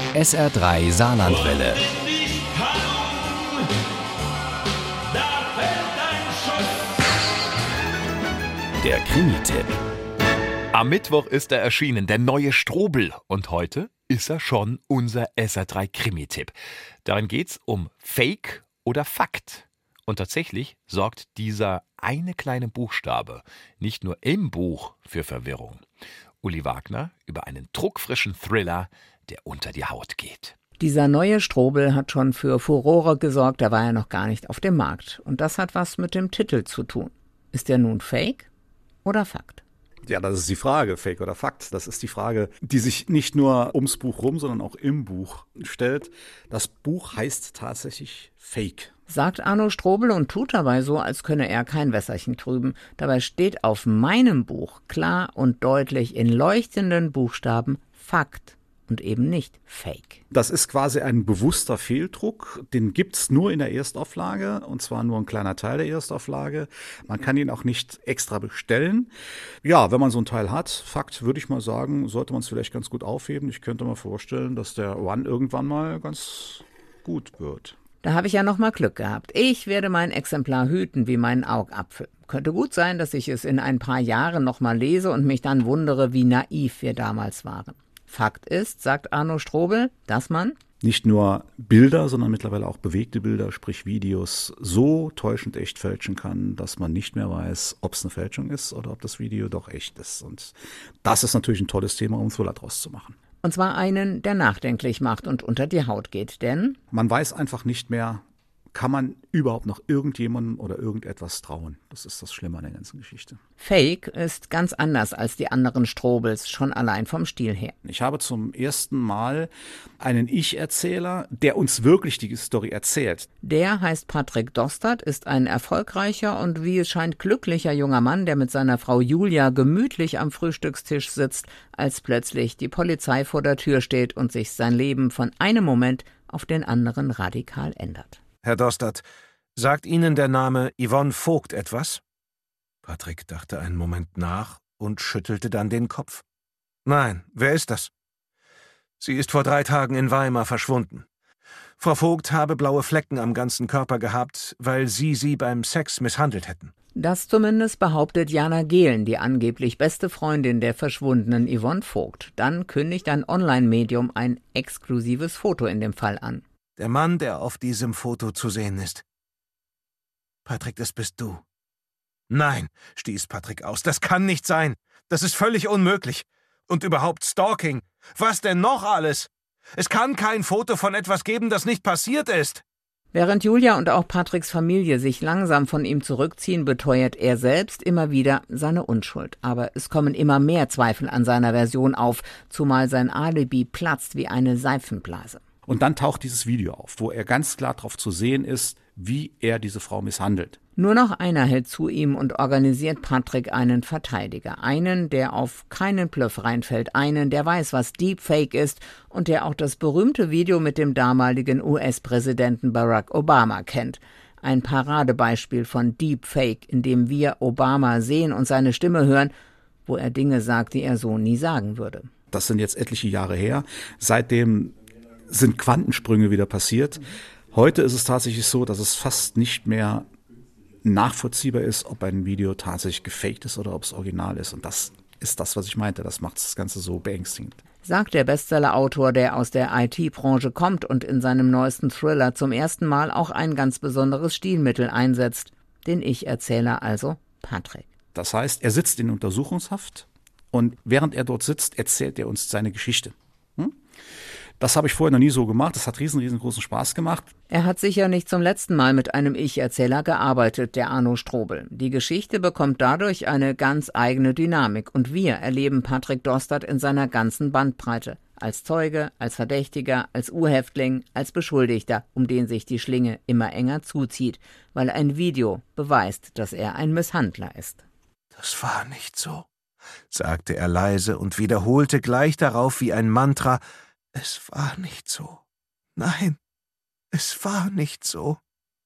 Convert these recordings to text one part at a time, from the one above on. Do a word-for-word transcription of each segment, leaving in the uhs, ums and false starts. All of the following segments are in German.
S R drei Saarlandwelle. Der Krimi-Tipp. Am Mittwoch ist er erschienen, der neue Strobel. Und heute ist er schon unser S R drei Krimi-Tipp. Darin geht's um Fake oder Fakt. Und tatsächlich sorgt dieser eine kleine Buchstabe nicht nur im Buch für Verwirrung. Uli Wagner über einen druckfrischen Thriller, der unter die Haut geht. Dieser neue Strobel hat schon für Furore gesorgt, da war er noch gar nicht auf dem Markt. Und das hat was mit dem Titel zu tun. Ist er nun Fake oder Fakt? Ja, das ist die Frage, Fake oder Fakt. Das ist die Frage, die sich nicht nur ums Buch rum, sondern auch im Buch stellt. Das Buch heißt tatsächlich Fake. Sagt Arno Strobel und tut dabei so, als könne er kein Wässerchen trüben. Dabei steht auf meinem Buch klar und deutlich in leuchtenden Buchstaben Fakt und eben nicht Fake. Das ist quasi ein bewusster Fehldruck. Den gibt's nur in der Erstauflage, und zwar nur ein kleiner Teil der Erstauflage. Man kann ihn auch nicht extra bestellen. Ja, wenn man so ein Teil hat, Fakt, würde ich mal sagen, sollte man es vielleicht ganz gut aufheben. Ich könnte mir vorstellen, dass der Run irgendwann mal ganz gut wird. Da habe ich ja noch mal Glück gehabt. Ich werde mein Exemplar hüten wie meinen Augapfel. Könnte gut sein, dass ich es in ein paar Jahren noch mal lese und mich dann wundere, wie naiv wir damals waren. Fakt ist, sagt Arno Strobel, dass man nicht nur Bilder, sondern mittlerweile auch bewegte Bilder, sprich Videos, so täuschend echt fälschen kann, dass man nicht mehr weiß, ob es eine Fälschung ist oder ob das Video doch echt ist. Und das ist natürlich ein tolles Thema, um einen Thriller draus zu machen. Und zwar einen, der nachdenklich macht und unter die Haut geht, denn man weiß einfach nicht mehr, kann man überhaupt noch irgendjemandem oder irgendetwas trauen. Das ist das Schlimme an der ganzen Geschichte. Fake ist ganz anders als die anderen Strobels, schon allein vom Stil her. Ich habe zum ersten Mal einen Ich-Erzähler, der uns wirklich die Story erzählt. Der heißt Patrick Dostert, ist ein erfolgreicher und wie es scheint glücklicher junger Mann, der mit seiner Frau Julia gemütlich am Frühstückstisch sitzt, als plötzlich die Polizei vor der Tür steht und sich sein Leben von einem Moment auf den anderen radikal ändert. Herr Dostert, sagt Ihnen der Name Yvonne Vogt etwas? Patrick dachte einen Moment nach und schüttelte dann den Kopf. Nein, wer ist das? Sie ist vor drei Tagen in Weimar verschwunden. Frau Vogt habe blaue Flecken am ganzen Körper gehabt, weil Sie sie beim Sex misshandelt hätten. Das zumindest behauptet Jana Gehlen, die angeblich beste Freundin der verschwundenen Yvonne Vogt. Dann kündigt ein Online-Medium ein exklusives Foto in dem Fall an. Der Mann, der auf diesem Foto zu sehen ist. Patrick, das bist du. Nein, stieß Patrick aus, das kann nicht sein. Das ist völlig unmöglich. Und überhaupt Stalking. Was denn noch alles? Es kann kein Foto von etwas geben, das nicht passiert ist. Während Julia und auch Patricks Familie sich langsam von ihm zurückziehen, beteuert er selbst immer wieder seine Unschuld. Aber es kommen immer mehr Zweifel an seiner Version auf, zumal sein Alibi platzt wie eine Seifenblase. Und dann taucht dieses Video auf, wo er ganz klar darauf zu sehen ist, wie er diese Frau misshandelt. Nur noch einer hält zu ihm und organisiert Patrick einen Verteidiger. Einen, der auf keinen Bluff reinfällt. Einen, der weiß, was Deepfake ist und der auch das berühmte Video mit dem damaligen U S-Präsidenten Barack Obama kennt. Ein Paradebeispiel von Deepfake, in dem wir Obama sehen und seine Stimme hören, wo er Dinge sagt, die er so nie sagen würde. Das sind jetzt etliche Jahre her. Seitdem sind Quantensprünge wieder passiert. Heute ist es tatsächlich so, dass es fast nicht mehr nachvollziehbar ist, ob ein Video tatsächlich gefaked ist oder ob es original ist. Und das ist das, was ich meinte. Das macht das Ganze so beängstigend. Sagt der Bestseller-Autor, der aus der I T-Branche kommt und in seinem neuesten Thriller zum ersten Mal auch ein ganz besonderes Stilmittel einsetzt. Den Ich-Erzähler, also Patrick. Das heißt, er sitzt in Untersuchungshaft und während er dort sitzt, erzählt er uns seine Geschichte. Hm? Das habe ich vorher noch nie so gemacht. Das hat riesen, riesengroßen Spaß gemacht. Er hat sicher nicht zum letzten Mal mit einem Ich-Erzähler gearbeitet, der Arno Strobel. Die Geschichte bekommt dadurch eine ganz eigene Dynamik. Und wir erleben Patrick Dostert in seiner ganzen Bandbreite. Als Zeuge, als Verdächtiger, als U-Häftling, als Beschuldigter, um den sich die Schlinge immer enger zuzieht, weil ein Video beweist, dass er ein Misshandler ist. Das war nicht so, sagte er leise und wiederholte gleich darauf wie ein Mantra: Es war nicht so. Nein, es war nicht so.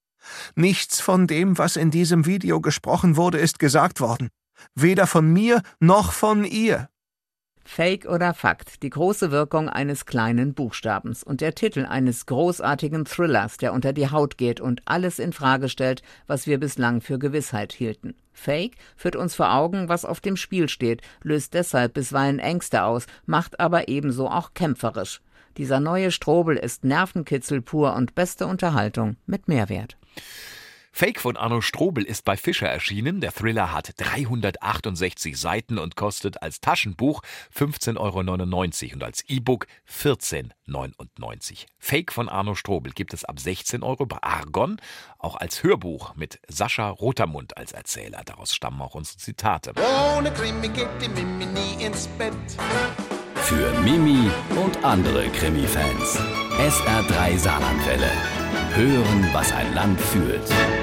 Nichts von dem, was in diesem Video gesprochen wurde, ist gesagt worden. Weder von mir noch von ihr. Fake oder Fakt? Die große Wirkung eines kleinen Buchstabens und der Titel eines großartigen Thrillers, der unter die Haut geht und alles in Frage stellt, was wir bislang für Gewissheit hielten. Fake führt uns vor Augen, was auf dem Spiel steht, löst deshalb bisweilen Ängste aus, macht aber ebenso auch kämpferisch. Dieser neue Strobel ist Nervenkitzel pur und beste Unterhaltung mit Mehrwert. Fake von Arno Strobel ist bei Fischer erschienen. Der Thriller hat dreihundertachtundsechzig Seiten und kostet als Taschenbuch fünfzehn Euro neunundneunzig und als E-Book vierzehn Euro neunundneunzig. Fake von Arno Strobel gibt es ab sechzehn Euro bei Argon, auch als Hörbuch mit Sascha Rotermund als Erzähler. Daraus stammen auch unsere Zitate. Ohne Krimi geht die Mimi nie ins Bett. Für Mimi und andere Krimi-Fans. S R drei Saarlandwelle. Hören, was ein Land fühlt.